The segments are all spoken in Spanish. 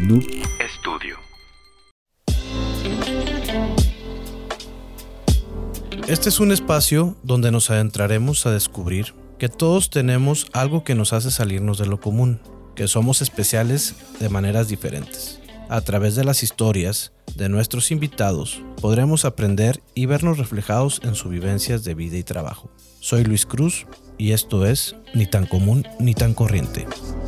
Club Estudio. Este es un espacio donde nos adentraremos a descubrir que todos tenemos algo que nos hace salirnos de lo común, que somos especiales de maneras diferentes. A través de las historias de nuestros invitados podremos aprender y vernos reflejados en sus vivencias de vida y trabajo. Soy Luis Cruz y esto es Ni tan común ni tan corriente.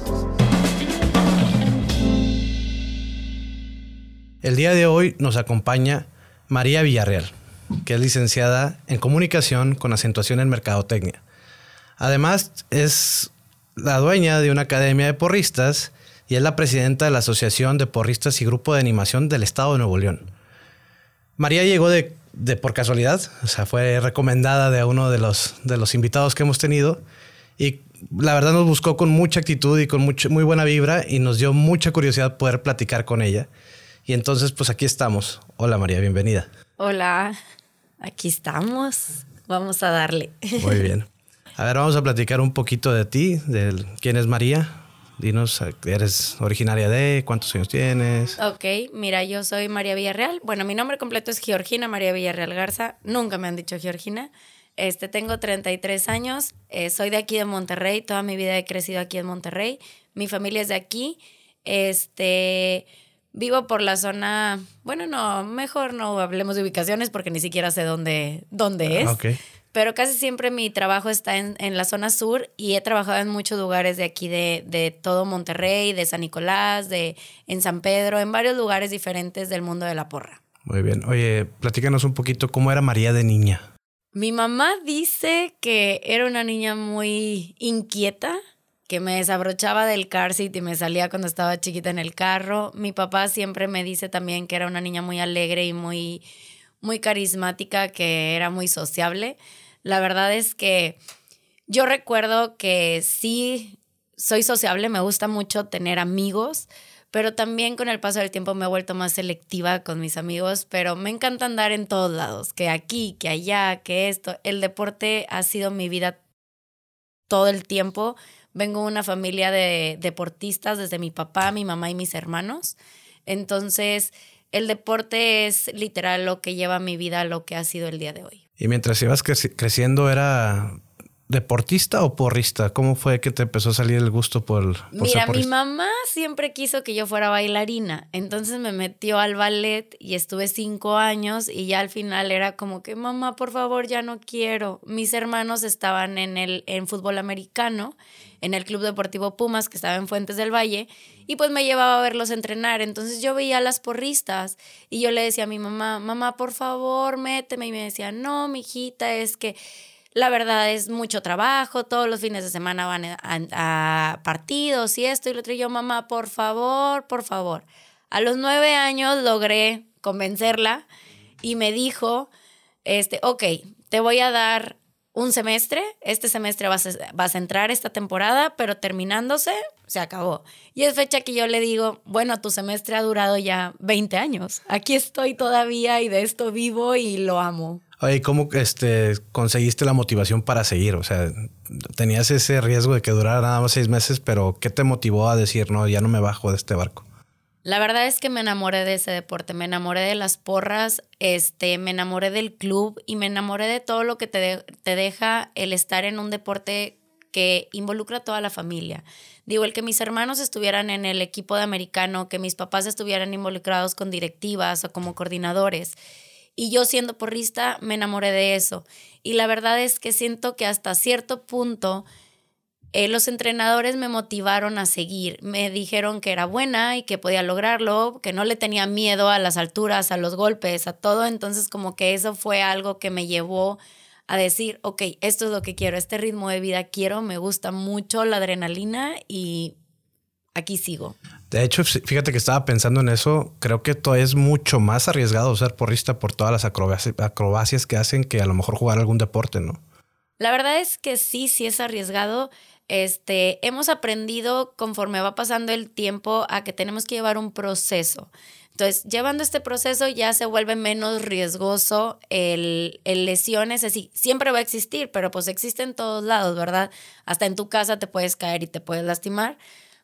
El día de hoy nos acompaña María Villarreal, que es licenciada en Comunicación con acentuación en Mercadotecnia. Además, es la dueña de una academia de porristas y es la presidenta de la Asociación de Porristas y Grupo de Animación del Estado de Nuevo León. María llegó de por casualidad, o sea, fue recomendada de uno de los invitados que hemos tenido y la verdad nos buscó con mucha actitud y con muy buena vibra y nos dio mucha curiosidad poder platicar con ella. Y entonces, pues aquí estamos. Hola María, bienvenida. Hola, aquí estamos. Vamos a darle. Muy bien. A ver, vamos a platicar un poquito de ti, de quién es María. Dinos, ¿eres originaria de? ¿Cuántos años tienes? Ok, mira, yo soy María Villarreal. Bueno, mi nombre completo es Georgina María Villarreal Garza. Nunca me han dicho Georgina. Tengo 33 años. Soy de aquí de Monterrey. Toda mi vida he crecido aquí en Monterrey. Mi familia es de aquí. Vivo por la zona... Bueno, no, mejor no hablemos de ubicaciones porque ni siquiera sé dónde es. Okay. Pero casi siempre mi trabajo está en la zona sur y he trabajado en muchos lugares de aquí, de todo Monterrey, de San Nicolás, en San Pedro, en varios lugares diferentes del mundo de la porra. Muy bien. Oye, platícanos un poquito cómo era María de niña. Mi mamá dice que era una niña muy inquieta, que me desabrochaba del car seat y me salía cuando estaba chiquita en el carro. Mi papá siempre me dice también que era una niña muy alegre y muy carismática, que era muy sociable. La verdad es que yo recuerdo que sí soy sociable, me gusta mucho tener amigos, pero también con el paso del tiempo me he vuelto más selectiva con mis amigos, pero me encanta andar en todos lados, que aquí, que allá, que esto. El deporte ha sido mi vida todo el tiempo. Vengo de una familia de deportistas, desde mi papá, mi mamá y mis hermanos. Entonces, el deporte es literal lo que lleva mi vida a lo que ha sido el día de hoy. Y mientras ibas creciendo, ¿era deportista o porrista? ¿Cómo fue que te empezó a salir el gusto por Mira, ser porrista? mi mamá siempre quiso que yo fuera bailarina, entonces me metió al ballet y estuve 5 años y ya al final era como que, mamá, por favor, ya no quiero. Mis hermanos estaban en fútbol americano, en el Club Deportivo Pumas, que estaba en Fuentes del Valle, y pues me llevaba a verlos entrenar. Entonces yo veía a las porristas y yo le decía a mi mamá, mamá, por favor, méteme. Y me decía, no, mijita, es que la verdad es mucho trabajo, todos los fines de semana van a partidos y esto y lo otro. Y yo, mamá, por favor, por favor. A los 9 años logré convencerla y me dijo, ok, te voy a dar un semestre, este semestre vas a entrar esta temporada, pero terminándose, se acabó. Y es fecha que yo le digo, bueno, tu semestre ha durado ya 20 años. Aquí estoy todavía y de esto vivo y lo amo. Oye, ¿cómo conseguiste la motivación para seguir? O sea, tenías ese riesgo de que durara nada más 6 meses, pero ¿qué te motivó a decir, no, ya no me bajo de este barco? La verdad es que me enamoré de ese deporte, me enamoré de las porras, me enamoré del club y me enamoré de todo lo que te deja el estar en un deporte que involucra a toda la familia. Digo, el que mis hermanos estuvieran en el equipo de americano, que mis papás estuvieran involucrados con directivas o como coordinadores. Y yo siendo porrista me enamoré de eso. Y la verdad es que siento que hasta cierto punto los entrenadores me motivaron a seguir. Me dijeron que era buena y que podía lograrlo, que no le tenía miedo a las alturas, a los golpes, a todo. Entonces como que eso fue algo que me llevó a decir, ok, esto es lo que quiero, este ritmo de vida quiero, me gusta mucho la adrenalina y aquí sigo. De hecho, fíjate que estaba pensando en eso. Creo que todo es mucho más arriesgado ser porrista por todas las acrobacias que hacen que a lo mejor jugar algún deporte, ¿no? La verdad es que sí es arriesgado. Hemos aprendido conforme va pasando el tiempo a que tenemos que llevar un proceso. Entonces, llevando este proceso ya se vuelve menos riesgoso el lesiones. Así, siempre va a existir, pero pues existe en todos lados, ¿verdad? Hasta en tu casa te puedes caer y te puedes lastimar.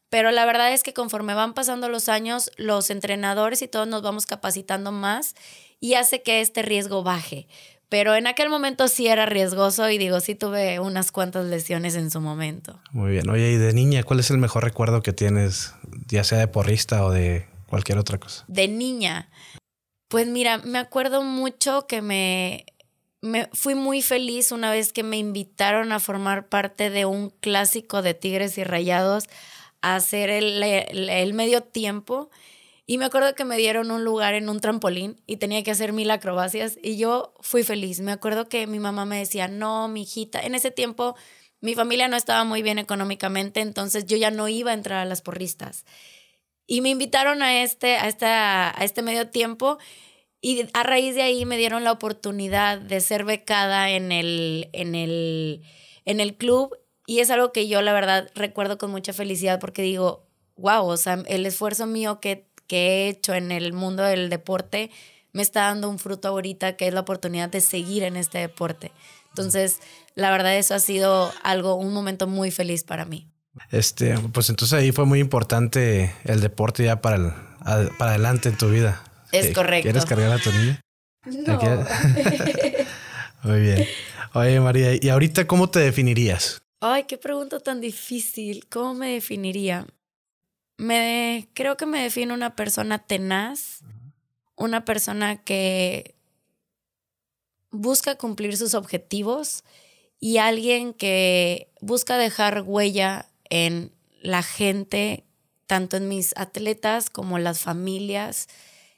Pero la verdad es que conforme van pasando los años, los entrenadores y todos nos vamos capacitando más y hace que este riesgo baje. Pero en aquel momento sí era riesgoso y digo, sí tuve unas cuantas lesiones en su momento. Muy bien. Oye, y de niña, ¿cuál es el mejor recuerdo que tienes, ya sea de porrista o de cualquier otra cosa? De niña, pues mira, me acuerdo mucho que me fui muy feliz una vez que me invitaron a formar parte de un clásico de Tigres y Rayados a hacer el medio tiempo. Y me acuerdo que me dieron un lugar en un trampolín y tenía que hacer 1000 acrobacias y yo fui feliz. Me acuerdo que mi mamá me decía, no, mi hijita. En ese tiempo mi familia no estaba muy bien económicamente, entonces yo ya no iba a entrar a las porristas. Y me invitaron a este medio tiempo y a raíz de ahí me dieron la oportunidad de ser becada en el club y es algo que yo la verdad recuerdo con mucha felicidad porque digo, wow, o sea, el esfuerzo mío que he hecho en el mundo del deporte me está dando un fruto ahorita que es la oportunidad de seguir en este deporte. Entonces, la verdad eso ha sido un momento muy feliz para mí. Pues entonces ahí fue muy importante el deporte ya para adelante en tu vida. Es correcto. ¿Quieres cargar a tu niña? No. Muy bien. Oye, María, ¿y ahorita cómo te definirías? Ay, qué pregunta tan difícil. ¿Cómo me definiría? Creo que me define una persona tenaz, una persona que busca cumplir sus objetivos y alguien que busca dejar huella en la gente, tanto en mis atletas como en las familias.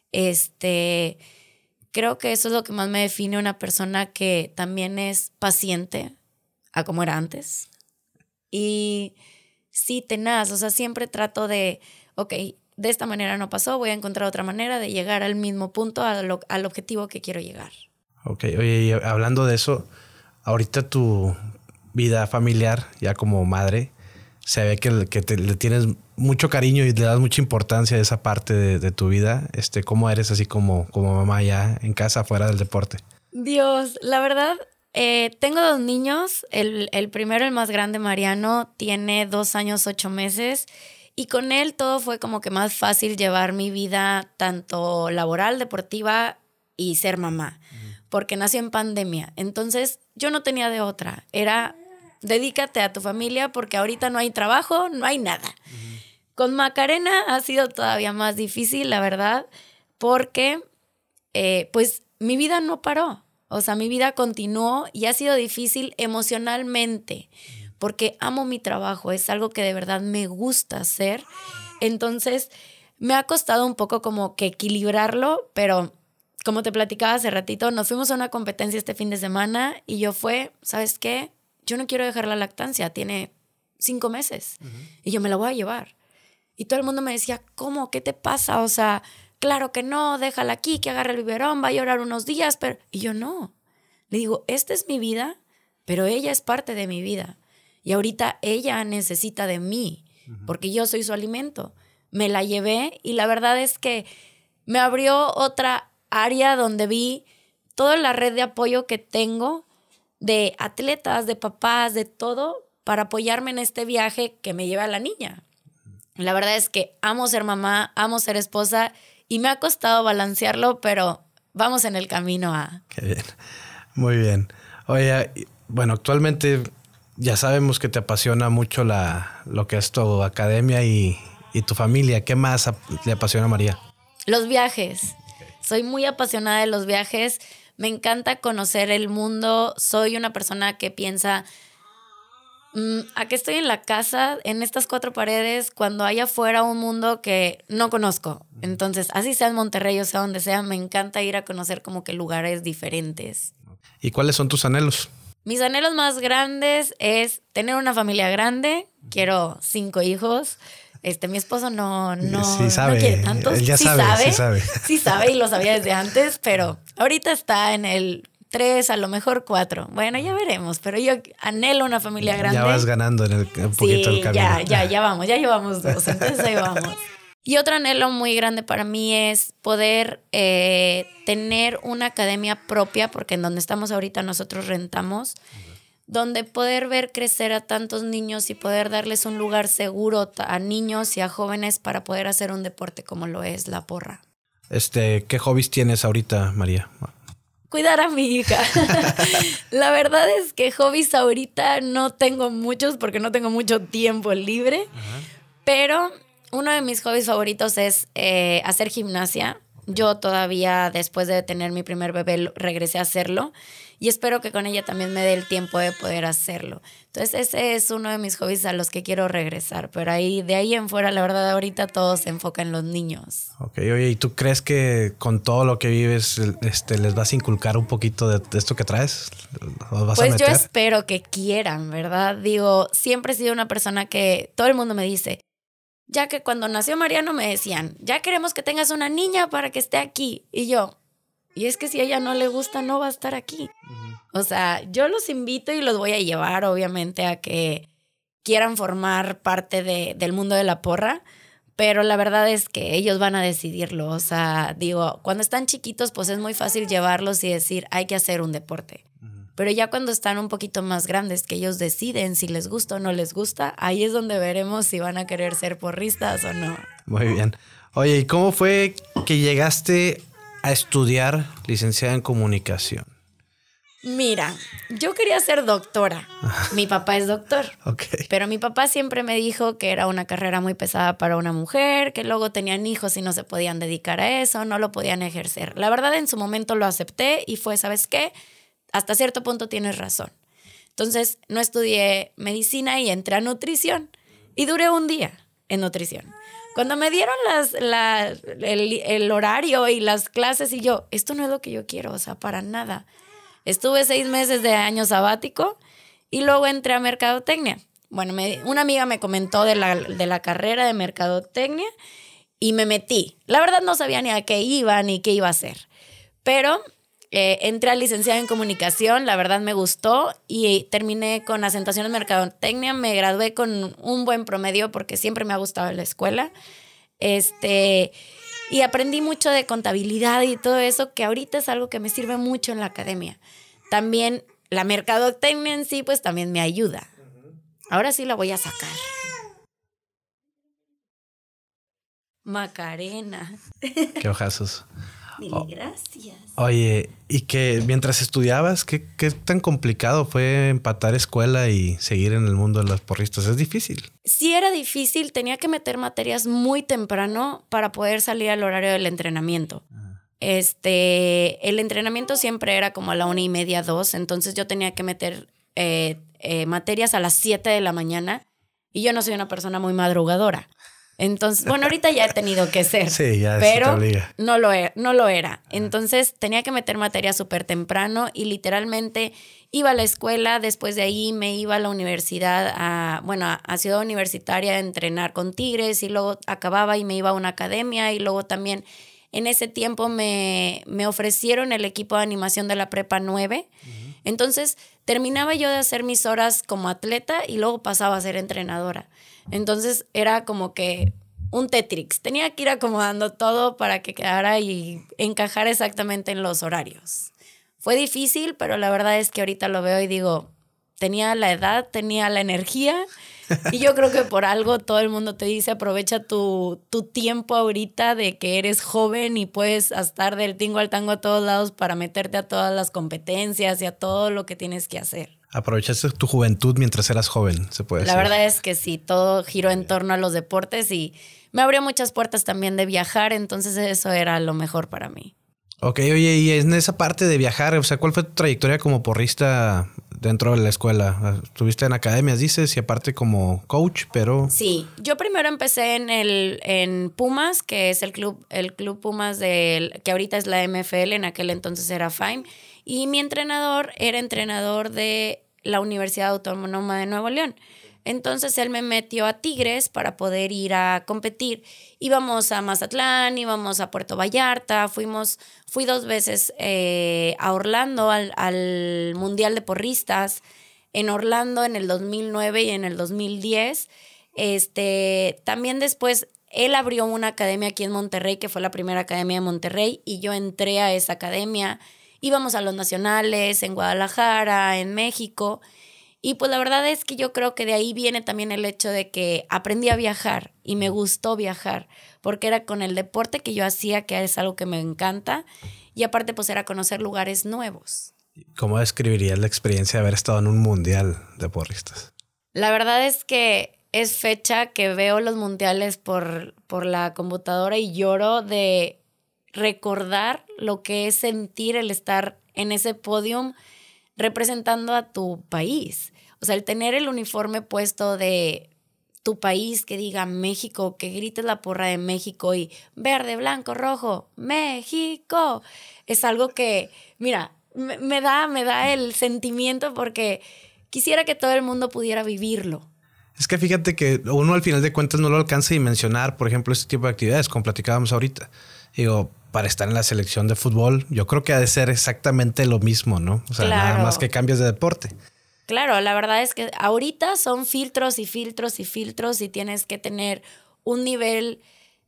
Creo que eso es lo que más me define, una persona que también es paciente a como era antes. Y sí, tenaz, o sea, siempre trato de, ok, de esta manera no pasó, voy a encontrar otra manera de llegar al mismo punto, al objetivo que quiero llegar. Ok, oye, y hablando de eso, ahorita tu vida familiar, ya como madre, se ve que le tienes mucho cariño y le das mucha importancia a esa parte de tu vida. ¿Cómo eres así como mamá ya en casa, fuera del deporte? Dios, la verdad, tengo 2 niños. El primero, el más grande, Mariano, tiene 2 años, 8 meses. Y con él todo fue como que más fácil llevar mi vida, tanto laboral, deportiva y ser mamá. Porque nació en pandemia. Entonces yo no tenía de otra. Era dedícate a tu familia porque ahorita no hay trabajo, no hay nada. Con Macarena ha sido todavía más difícil, la verdad, porque pues mi vida no paró. O sea, mi vida continuó y ha sido difícil emocionalmente porque amo mi trabajo, es algo que de verdad me gusta hacer. Entonces, me ha costado un poco como que equilibrarlo, pero como te platicaba hace ratito, nos fuimos a una competencia este fin de semana y ¿sabes qué? Yo no quiero dejar la lactancia, tiene 5 meses y yo me la voy a llevar. Y todo el mundo me decía, ¿cómo? ¿Qué te pasa? O sea, claro que no, déjala aquí, que agarre el biberón, va a llorar unos días, pero... Y yo no. Le digo, esta es mi vida, pero ella es parte de mi vida. Y ahorita ella necesita de mí, porque yo soy su alimento. Me la llevé y la verdad es que me abrió otra área donde vi toda la red de apoyo que tengo de atletas, de papás, de todo, para apoyarme en este viaje que me lleva a la niña. La verdad es que amo ser mamá, amo ser esposa y me ha costado balancearlo, pero vamos en el camino a... Qué bien. Muy bien. Oye, bueno, actualmente ya sabemos que te apasiona mucho lo que es tu academia y tu familia. ¿Qué más le apasiona a María? Los viajes. Soy muy apasionada de los viajes. Me encanta conocer el mundo. Soy una persona que piensa, ¿a qué estoy en la casa, en estas 4 paredes, cuando hay afuera un mundo que no conozco? Entonces, así sea en Monterrey o sea donde sea, me encanta ir a conocer como que lugares diferentes. ¿Y cuáles son tus anhelos? Mis anhelos más grandes es tener una familia grande. Quiero 5 hijos. Mi esposo no sabe. No quiere tantos. Él ya sabe. Sí sabe y lo sabía desde antes, pero ahorita está en el 3, a lo mejor 4. Bueno, ya veremos, pero yo anhelo una familia grande. Ya vas ganando un poquito el camino. Ya vamos, ya llevamos 2, entonces ahí vamos. Y otro anhelo muy grande para mí es poder tener una academia propia, porque en donde estamos ahorita nosotros rentamos, donde poder ver crecer a tantos niños y poder darles un lugar seguro a niños y a jóvenes para poder hacer un deporte como lo es la porra. ¿Qué hobbies tienes ahorita, María? Cuidar a mi hija. La verdad es que hobbies ahorita no tengo muchos porque no tengo mucho tiempo libre, pero uno de mis hobbies favoritos es hacer gimnasia. Yo todavía, después de tener mi primer bebé, regresé a hacerlo y espero que con ella también me dé el tiempo de poder hacerlo. Entonces ese es uno de mis hobbies a los que quiero regresar, pero de ahí en fuera, la verdad, ahorita todo se enfoca en los niños. Ok, oye, ¿y tú crees que con todo lo que vives les vas a inculcar un poquito de esto que traes? ¿Los vas a Pues meter? yo espero que quieran, ¿verdad? Digo, siempre he sido una persona que todo el mundo me dice, ya que cuando nació Mariano me decían, ya queremos que tengas una niña para que esté aquí. Y yo, y es que si a ella no le gusta, no va a estar aquí. O sea, yo los invito y los voy a llevar, obviamente, a que quieran formar parte del mundo de la porra, pero la verdad es que ellos van a decidirlo. O sea, digo, cuando están chiquitos, pues es muy fácil llevarlos y decir, hay que hacer un deporte. Pero ya cuando están un poquito más grandes, que ellos deciden si les gusta o no les gusta, ahí es donde veremos si van a querer ser porristas o no. Muy bien. Oye, ¿y cómo fue que llegaste a estudiar licenciada en comunicación? Mira, yo quería ser doctora. Mi papá es doctor. Okay. Pero mi papá siempre me dijo que era una carrera muy pesada para una mujer, que luego tenían hijos y no se podían dedicar a eso, no lo podían ejercer. La verdad, en su momento lo acepté y fue, ¿sabes qué? Hasta cierto punto tienes razón. Entonces, no estudié medicina y entré a nutrición. Y duré un día en nutrición. Cuando me dieron el horario y las clases y yo, esto no es lo que yo quiero, o sea, para nada. Estuve 6 meses de año sabático y luego entré a mercadotecnia. Bueno, una amiga me comentó de la carrera de mercadotecnia y me metí. La verdad no sabía ni a qué iba ni qué iba a hacer. Pero entré a licenciada en comunicación, la verdad me gustó y terminé con acentuación en mercadotecnia. Me gradué con un buen promedio porque siempre me ha gustado la escuela. Y aprendí mucho de contabilidad y todo eso, que ahorita es algo que me sirve mucho en la academia. También la mercadotecnia en sí, pues también me ayuda. Ahora sí la voy a sacar. Macarena. Qué ojazos. Dile gracias. Oye, y que mientras estudiabas, ¿qué tan complicado fue empatar escuela y seguir en el mundo de los porristas? ¿Es difícil? Sí era difícil, tenía que meter materias muy temprano para poder salir al horario del entrenamiento. El entrenamiento siempre era como a la 1:30, 2, entonces yo tenía que meter materias a las 7 de la mañana y yo no soy una persona muy madrugadora. Entonces, bueno, ahorita ya he tenido que ser, sí, ya pero no lo era. Entonces tenía que meter materia súper temprano y literalmente iba a la escuela, después de ahí me iba a la universidad, a Ciudad Universitaria a entrenar con Tigres y luego acababa y me iba a una academia y luego también en ese tiempo me ofrecieron el equipo de animación de la Prepa 9. Entonces terminaba yo de hacer mis horas como atleta y luego pasaba a ser entrenadora. Entonces era como que un Tetrix. Tenía que ir acomodando todo para que quedara y encajar exactamente en los horarios. Fue difícil, pero la verdad es que ahorita lo veo y digo, tenía la edad, tenía la energía y yo creo que por algo todo el mundo te dice aprovecha tu tiempo ahorita de que eres joven y puedes estar del tingo al tango a todos lados para meterte a todas las competencias y a todo lo que tienes que hacer. Aprovechaste tu juventud mientras eras joven, se puede decir. La verdad es que sí, todo giró en torno a los deportes y me abrió muchas puertas también de viajar, entonces eso era lo mejor para mí. Ok, oye, y en esa parte de viajar, o sea, ¿cuál fue tu trayectoria como porrista dentro de la escuela? Estuviste en academias, dices, y aparte como coach, pero... Sí, yo primero empecé en Pumas, que es el club Pumas que ahorita es la MFL, en aquel entonces era FAIM, y mi entrenador era entrenador de la Universidad Autónoma de Nuevo León. Entonces él me metió a Tigres para poder ir a competir. Íbamos a Mazatlán, íbamos a Puerto Vallarta, fui 2 veces a Orlando al Mundial de Porristas, en Orlando en el 2009 y en el 2010. También después él abrió una academia aquí en Monterrey, que fue la primera academia de Monterrey, y yo entré a esa academia. Íbamos a los nacionales en Guadalajara, en México. Y pues la verdad es que yo creo que de ahí viene también el hecho de que aprendí a viajar y me gustó viajar, porque era con el deporte que yo hacía, que es algo que me encanta, y aparte pues era conocer lugares nuevos. ¿Cómo describirías la experiencia de haber estado en un mundial de porristas? La verdad es que es fecha que veo los mundiales por la computadora y lloro de recordar lo que es sentir el estar en ese podium representando a tu país. O sea, el tener el uniforme puesto de tu país, que diga México, que grites la porra de México y verde, blanco, rojo, México. Es algo que, mira, me da el sentimiento porque quisiera que todo el mundo pudiera vivirlo. Es que fíjate que uno al final de cuentas no lo alcanza a mencionar, por ejemplo, este tipo de actividades, como platicábamos ahorita. Digo, para estar en la selección de fútbol, yo creo que ha de ser exactamente lo mismo, ¿no? O sea, Claro. nada más que cambias de deporte. Claro, la verdad es que ahorita son filtros y filtros y filtros y tienes que tener un nivel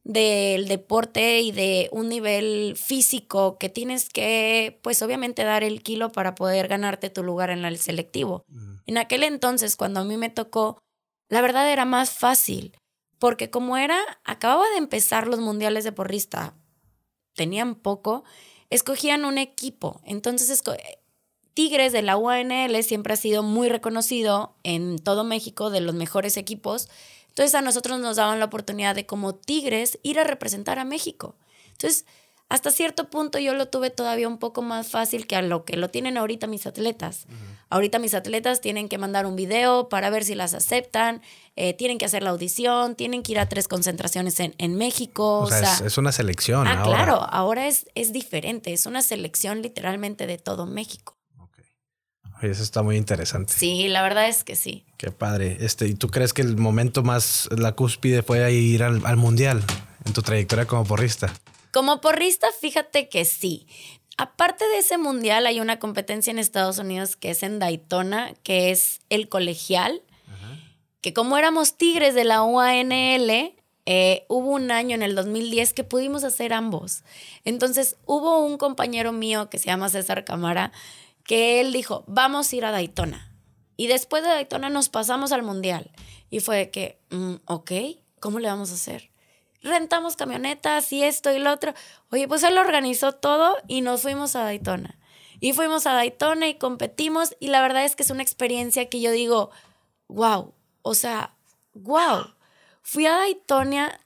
del deporte y de un nivel físico que tienes que, pues obviamente dar el kilo para poder ganarte tu lugar en el selectivo. En aquel entonces, cuando a mí me tocó, la verdad era más fácil, porque como acababa de empezar los mundiales de porrista, tenían poco, escogían un equipo. Entonces, Tigres de la UANL siempre ha sido muy reconocido en todo México, de los mejores equipos. Entonces, a nosotros nos daban la oportunidad de, como Tigres, ir a representar a México. Entonces, hasta cierto punto yo lo tuve todavía un poco más fácil que a lo que lo tienen ahorita mis atletas. Ahorita mis atletas tienen que mandar un video para ver si las aceptan, tienen que hacer la audición, tienen que ir a 3 concentraciones en México. O sea, es una selección ahora. Claro, ahora es diferente, es una selección literalmente de todo México. Okay. Oye, eso está muy interesante. Sí, la verdad es que sí. Qué padre. ¿Y tú crees que el momento más, la cúspide fue ir al mundial en tu trayectoria como porrista? Como porrista, fíjate que sí. Aparte de ese mundial, hay una competencia en Estados Unidos que es en Daytona, que es el colegial, que como éramos Tigres de la UANL, hubo un año en el 2010 que pudimos hacer ambos. Entonces, hubo un compañero mío que se llama César Camara, que él dijo, vamos a ir a Daytona. Y después de Daytona nos pasamos al mundial. Y fue de que, ok, ¿cómo le vamos a hacer? Rentamos camionetas y esto y lo otro. Oye, pues él organizó todo y nos fuimos a Daytona. Y fuimos a Daytona y competimos y la verdad es que es una experiencia que yo digo, wow, o sea, wow. Fui a Daytona,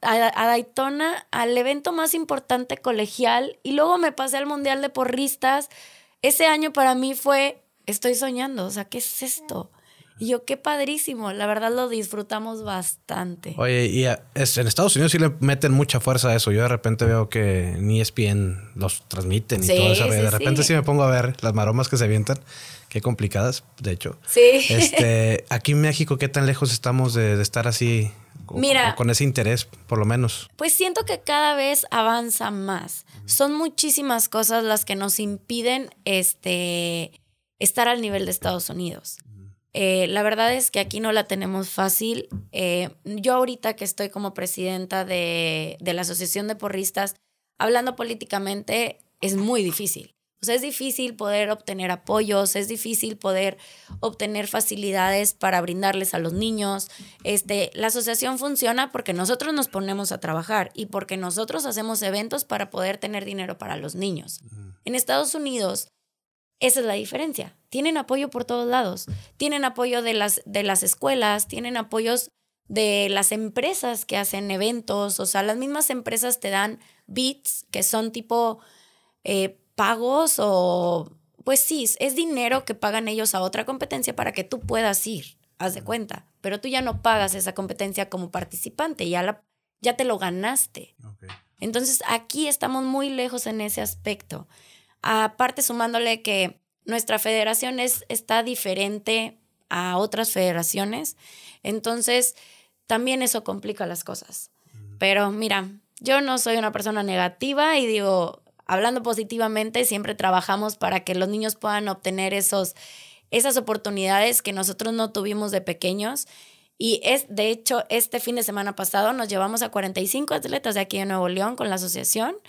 al evento más importante colegial y luego me pasé al Mundial de Porristas. Ese año para mí fue, estoy soñando, o sea, ¿qué es esto? Y yo, qué padrísimo, la verdad lo disfrutamos bastante. Oye, y en Estados Unidos sí le meten mucha fuerza a eso. Yo de repente veo que en ESPN los transmiten y todo eso. De repente sí me pongo a ver las maromas que se avientan. Qué complicadas, de hecho. Sí. Aquí en México, ¿qué tan lejos estamos de estar así? Mira, con ese interés, por lo menos. Pues siento que cada vez avanza más. Son muchísimas cosas las que nos impiden estar al nivel de Estados Unidos. La verdad es que aquí no la tenemos fácil. Yo ahorita que estoy como presidenta de la Asociación de Porristas, hablando políticamente, es muy difícil. O sea, es difícil poder obtener apoyos, es difícil poder obtener facilidades para brindarles a los niños. La asociación funciona porque nosotros nos ponemos a trabajar y porque nosotros hacemos eventos para poder tener dinero para los niños. En Estados Unidos, esa es la diferencia. Tienen apoyo por todos lados. Tienen apoyo de las escuelas, tienen apoyos de las empresas que hacen eventos. O sea, las mismas empresas te dan bits, que son tipo pagos o... Pues sí, es dinero que pagan ellos a otra competencia para que tú puedas ir, haz de cuenta. Pero tú ya no pagas esa competencia como participante, ya te lo ganaste. Okay. Entonces, aquí estamos muy lejos en ese aspecto. Aparte, sumándole que nuestra federación está diferente a otras federaciones, entonces también eso complica las cosas. Pero mira, yo no soy una persona negativa y digo, hablando positivamente, siempre trabajamos para que los niños puedan obtener esas oportunidades que nosotros no tuvimos de pequeños. Y de hecho, este fin de semana pasado nos llevamos a 45 atletas de aquí de Nuevo León con la asociación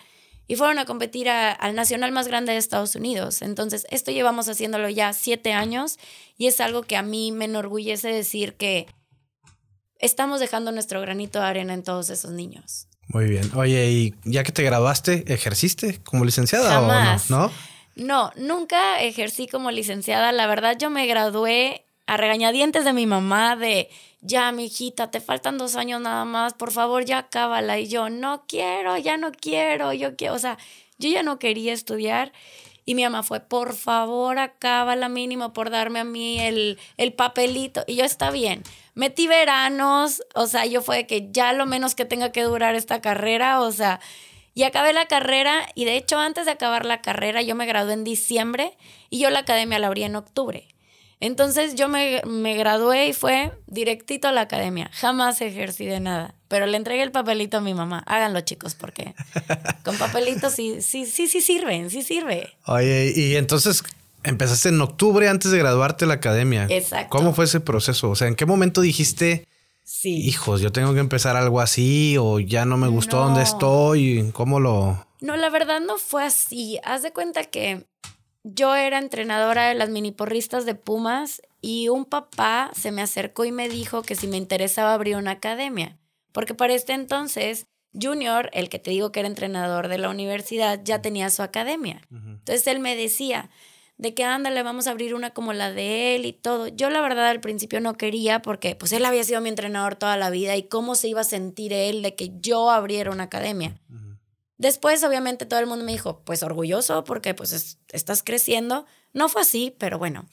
y fueron a competir al nacional más grande de Estados Unidos. Entonces, esto llevamos haciéndolo ya 7 años y es algo que a mí me enorgullece decir que estamos dejando nuestro granito de arena en todos esos niños. Muy bien. Oye, y ya que te graduaste, ¿ejerciste como licenciada Jamás. o no? No, nunca ejercí como licenciada. La verdad, yo me gradué a regañadientes de mi mamá de, ya, mijita, te faltan 2 años nada más, por favor, ya acábala. Y yo, no quiero, ya no quiero, yo quiero. O sea, yo ya no quería estudiar. Y mi mamá fue, por favor, acábala mínimo por darme a mí el papelito. Y yo, está bien. Metí veranos, o sea, yo fue de que ya lo menos que tenga que durar esta carrera, o sea, y acabé la carrera. Y de hecho, antes de acabar la carrera, yo me gradué en diciembre y yo la academia la abrí en octubre. Entonces yo me gradué y fue directito a la academia. Jamás ejercí de nada. Pero le entregué el papelito a mi mamá. Háganlo, chicos, porque con papelitos sí sirven, sí sirve. Oye, y entonces empezaste en octubre antes de graduarte de la academia. Exacto. ¿Cómo fue ese proceso? O sea, ¿en qué momento dijiste, sí, hijos, yo tengo que empezar algo así o ya no me gustó donde estoy? ¿Cómo lo...? No, la verdad no fue así. Haz de cuenta que yo era entrenadora de las mini porristas de Pumas y un papá se me acercó y me dijo que si me interesaba abrir una academia. Porque para este entonces, Junior, el que te digo que era entrenador de la universidad, ya tenía su academia. Entonces él me decía de que ándale, vamos a abrir una como la de él y todo. Yo la verdad al principio no quería porque pues él había sido mi entrenador toda la vida y cómo se iba a sentir él de que yo abriera una academia. Después, obviamente, todo el mundo me dijo, pues orgulloso porque pues estás creciendo. No fue así, pero bueno.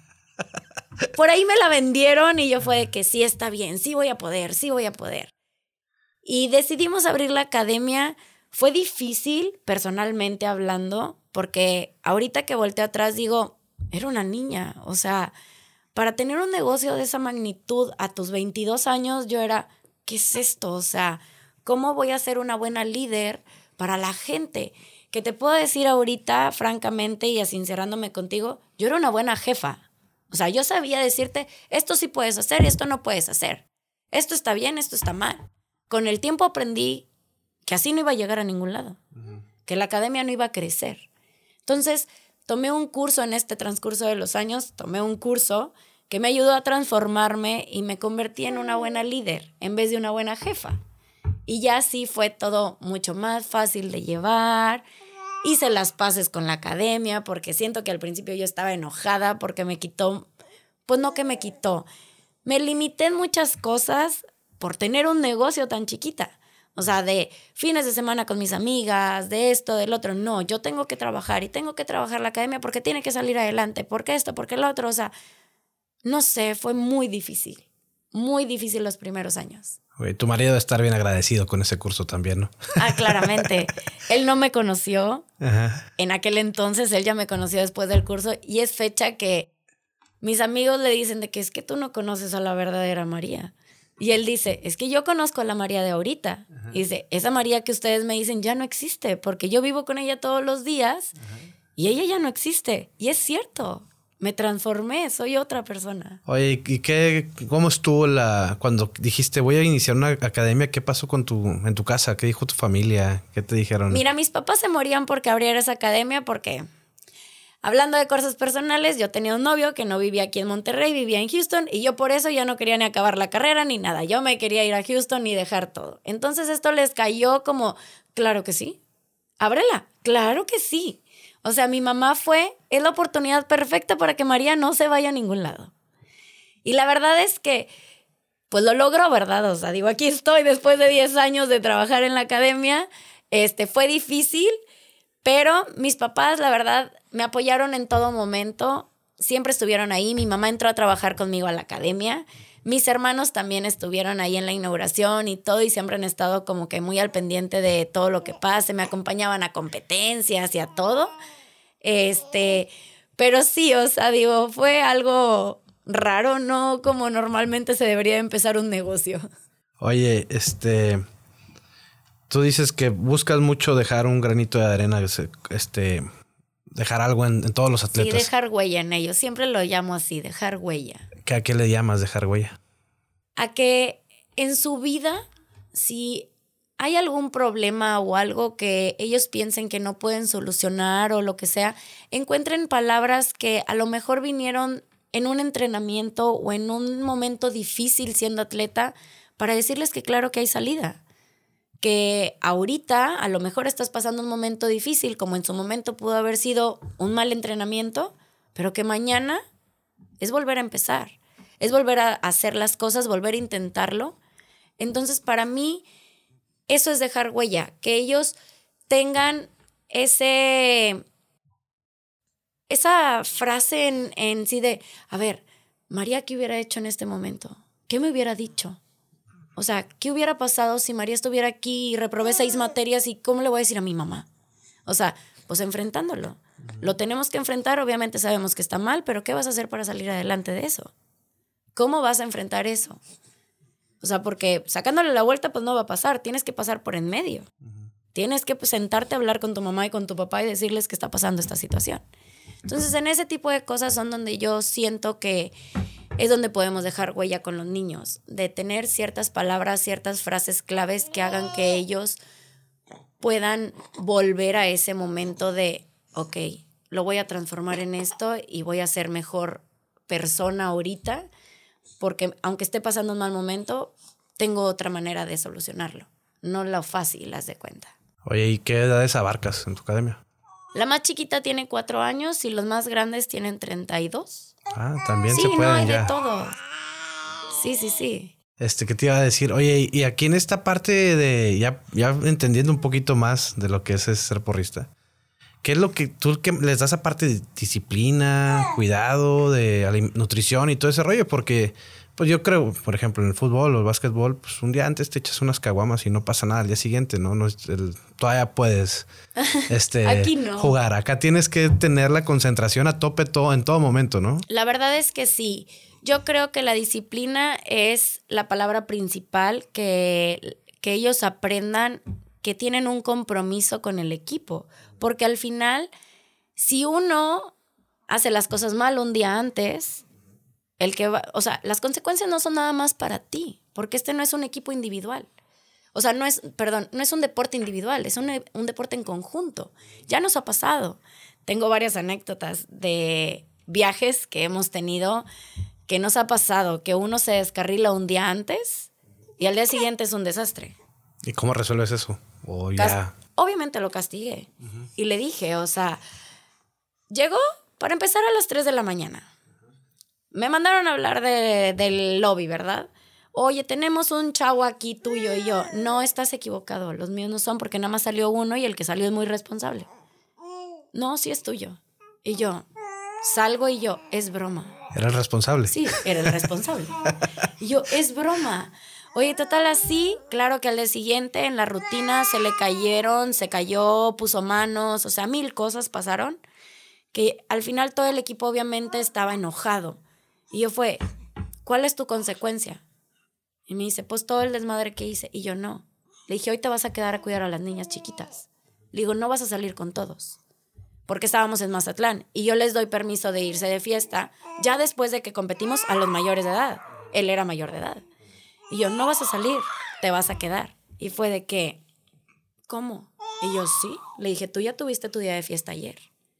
Por ahí me la vendieron y yo fue de que sí está bien, sí voy a poder, sí voy a poder. Y decidimos abrir la academia. Fue difícil, personalmente hablando, porque ahorita que volteo atrás digo, era una niña. O sea, para tener un negocio de esa magnitud a tus 22 años, yo era, ¿qué es esto? O sea, ¿cómo voy a ser una buena líder para la gente? Que te puedo decir ahorita, francamente, y sincerándome contigo, yo era una buena jefa. O sea, yo sabía decirte, esto sí puedes hacer, esto no puedes hacer. Esto está bien, esto está mal. Con el tiempo aprendí que así no iba a llegar a ningún lado, que la academia no iba a crecer. Entonces, tomé un curso en este transcurso de los años, tomé un curso que me ayudó a transformarme y me convertí en una buena líder en vez de una buena jefa. Y ya así fue todo mucho más fácil de llevar. Hice las paces con la academia porque siento que al principio yo estaba enojada porque me quitó, pues no que me quitó, me limité en muchas cosas por tener un negocio tan chiquita. O sea, de fines de semana con mis amigas, de esto, del otro. No, yo tengo que trabajar y tengo que trabajar la academia porque tiene que salir adelante, porque esto, porque el otro. O sea, no sé, fue muy difícil los primeros años. Oye, tu marido debe estar bien agradecido con ese curso también, ¿no? Ah, claramente. Él no me conoció. Ajá. En aquel entonces, él ya me conoció después del curso y es fecha que mis amigos le dicen de que es que tú no conoces a la verdadera María. Y él dice, es que yo conozco a la María de ahorita. Ajá. Y dice, esa María que ustedes me dicen ya no existe porque yo vivo con ella todos los días. Ajá. Y ella ya no existe. Y es cierto, me transformé, soy otra persona. Oye, ¿y cómo estuvo cuando dijiste voy a iniciar una academia? ¿Qué pasó en tu casa? ¿Qué dijo tu familia? ¿Qué te dijeron? Mira, mis papás se morían porque abriera esa academia porque... Hablando de cosas personales, yo tenía un novio que no vivía aquí en Monterrey, vivía en Houston y yo por eso ya no quería ni acabar la carrera ni nada. Yo me quería ir a Houston y dejar todo. Entonces esto les cayó como, claro que sí, ábrela, claro que sí. O sea, mi mamá es la oportunidad perfecta para que María no se vaya a ningún lado. Y la verdad es que, pues lo logró, ¿verdad? O sea, digo, aquí estoy después de 10 años de trabajar en la academia. Fue difícil, pero mis papás, la verdad, me apoyaron en todo momento. Siempre estuvieron ahí. Mi mamá entró a trabajar conmigo a la academia. Mis hermanos también estuvieron ahí en la inauguración y todo. Y siempre han estado como que muy al pendiente de todo lo que pase. Me acompañaban a competencias y a todo. Pero sí, o sea, digo, fue algo raro, ¿no? Como normalmente se debería empezar un negocio. Oye, tú dices que buscas mucho dejar un granito de arena, dejar algo en todos los atletas. Sí, dejar huella en ellos. Siempre lo llamo así, dejar huella. ¿A qué le llamas dejar huella? A que en su vida, si hay algún problema o algo que ellos piensen que no pueden solucionar o lo que sea, encuentren palabras que a lo mejor vinieron en un entrenamiento o en un momento difícil siendo atleta para decirles que claro que hay salida. Que ahorita a lo mejor estás pasando un momento difícil, como en su momento pudo haber sido un mal entrenamiento, pero que mañana es volver a empezar, es volver a hacer las cosas, volver a intentarlo. Entonces, para mí, eso es dejar huella, que ellos tengan esa frase en sí de, a ver, María, ¿qué hubiera hecho en este momento? ¿Qué me hubiera dicho? O sea, ¿qué hubiera pasado si María estuviera aquí y reprobé 6 materias y cómo le voy a decir a mi mamá? O sea, pues enfrentándolo. Lo tenemos que enfrentar, obviamente sabemos que está mal, pero ¿qué vas a hacer para salir adelante de eso? ¿Cómo vas a enfrentar eso? O sea, porque sacándole la vuelta pues no va a pasar, tienes que pasar por en medio. Tienes que sentarte a hablar con tu mamá y con tu papá y decirles que está pasando esta situación. Entonces, en ese tipo de cosas son donde yo siento que es donde podemos dejar huella con los niños, de tener ciertas palabras, ciertas frases claves que hagan que ellos puedan volver a ese momento de, ok, lo voy a transformar en esto y voy a ser mejor persona ahorita, porque aunque esté pasando un mal momento, tengo otra manera de solucionarlo. No lo fácil, haz de cuenta. Oye, ¿y qué edades abarcas en tu academia? La más chiquita tiene 4 años y los más grandes tienen 32. Ah, también sí, se pueden no, hay ya. de todo. Sí. ¿Qué te iba a decir? Oye, y aquí en esta parte de ya entendiendo un poquito más de lo que es ser porrista, ¿qué es lo que tú les das aparte de disciplina, cuidado, de nutrición y todo ese rollo? Porque pues yo creo, por ejemplo, en el fútbol o el básquetbol, pues un día antes te echas unas caguamas y no pasa nada al día siguiente, ¿no? Todavía puedes Aquí no. jugar. Acá tienes que tener la concentración a tope en todo momento, ¿no? La verdad es que sí. Yo creo que la disciplina es la palabra principal, que ellos aprendan que tienen un compromiso con el equipo. Porque al final, si uno hace las cosas mal un día antes, las consecuencias no son nada más para ti, porque no es un equipo individual. O sea, no es un deporte individual, es un deporte en conjunto. Ya nos ha pasado. Tengo varias anécdotas de viajes que hemos tenido que nos ha pasado, que uno se descarrila un día antes y al día siguiente es un desastre. ¿Y cómo resuelves eso? Obviamente lo castigué. Y le dije, o sea, llegó para empezar a las 3 de la mañana. Me mandaron a hablar del lobby, ¿verdad? Oye, tenemos un chavo aquí tuyo. Y yo, no, estás equivocado. Los míos no son porque nada más salió uno y el que salió es muy responsable. No, sí es tuyo. Y yo, salgo y yo, es broma. ¿Era el responsable? Sí, era el responsable. Y yo, es broma. Oye, total así, claro que al día siguiente en la rutina se cayó, puso manos, o sea, 1000 cosas pasaron, que al final todo el equipo obviamente estaba enojado. Y yo ¿cuál es tu consecuencia? Y me dice, pues todo el desmadre que hice. Y yo, no. Le dije, hoy te vas a quedar a cuidar a las niñas chiquitas. Le digo, no vas a salir con todos. Porque estábamos en Mazatlán. Y yo les doy permiso de irse de fiesta ya después de que competimos a los mayores de edad. Él era mayor de edad. Y yo, no vas a salir, te vas a quedar. Y fue de que, ¿cómo? Y yo, sí. Le dije, tú ya tuviste tu día de fiesta ayer.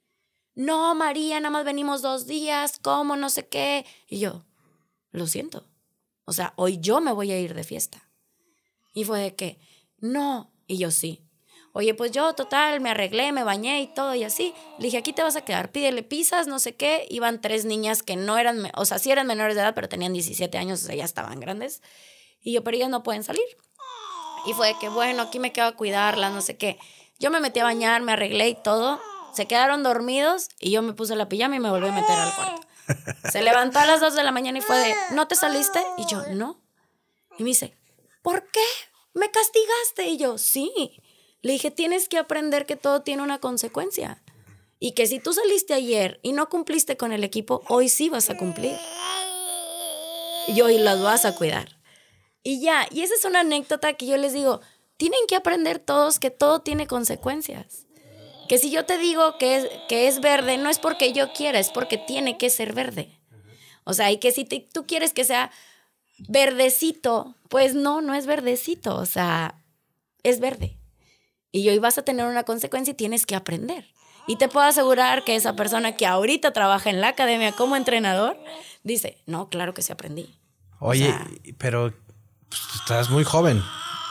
No, María, nada más venimos 2 días, ¿cómo? No sé qué. Y yo, lo siento. O sea, hoy yo me voy a ir de fiesta. Y fue de que, no. Y yo, sí. Oye, pues yo, total, me arreglé, me bañé y todo y así. Le dije, aquí te vas a quedar, pídele pizzas, no sé qué. Iban 3 niñas que no eran, o sea, sí eran menores de edad, pero tenían 17 años, o sea, ya estaban grandes. Y yo, pero ellas no pueden salir. Y fue de que, bueno, aquí me quedo a cuidarlas, no sé qué. Yo me metí a bañar, me arreglé y todo. Se quedaron dormidos y yo me puse la pijama y me volví a meter al cuarto. Se levantó a las 2 de la mañana y fue de, ¿no te saliste? Y yo, no. Y me dice, ¿por qué? ¿Me castigaste? Y yo, sí. Le dije, tienes que aprender que todo tiene una consecuencia. Y que si tú saliste ayer y no cumpliste con el equipo, hoy sí vas a cumplir. Y hoy las vas a cuidar. Y ya, y esa es una anécdota que yo les digo, tienen que aprender todos que todo tiene consecuencias. Que si yo te digo que es verde, no es porque yo quiera, es porque tiene que ser verde. O sea, y que si tú quieres que sea verdecito, pues no es verdecito. O sea, es verde. Y yo, y vas a tener una consecuencia y tienes que aprender. Y te puedo asegurar que esa persona que ahorita trabaja en la academia como entrenador, dice, no, claro que sí aprendí. Oye, O sea, pero pues, estás muy joven.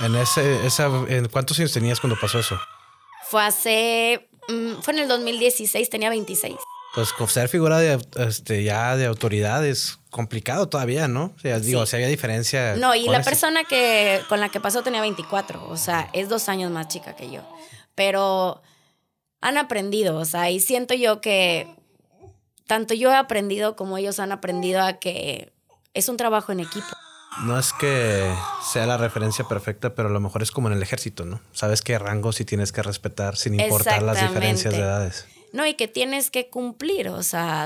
¿En cuántos años tenías cuando pasó eso? fue en el 2016, tenía 26. Pues ser figura ya de autoridad es complicado todavía, ¿no? O sea, digo, si había diferencia. No, y con la ese- persona con la que pasó tenía 24, o sea, es 2 años más chica que yo. Pero han aprendido, o sea, y siento yo que tanto yo he aprendido como ellos han aprendido a que es un trabajo en equipo. No es que sea la referencia perfecta, pero a lo mejor es como en el ejército, ¿no? Sabes qué rango sí tienes que respetar sin importar las diferencias de edades. No, y que tienes que cumplir, o sea,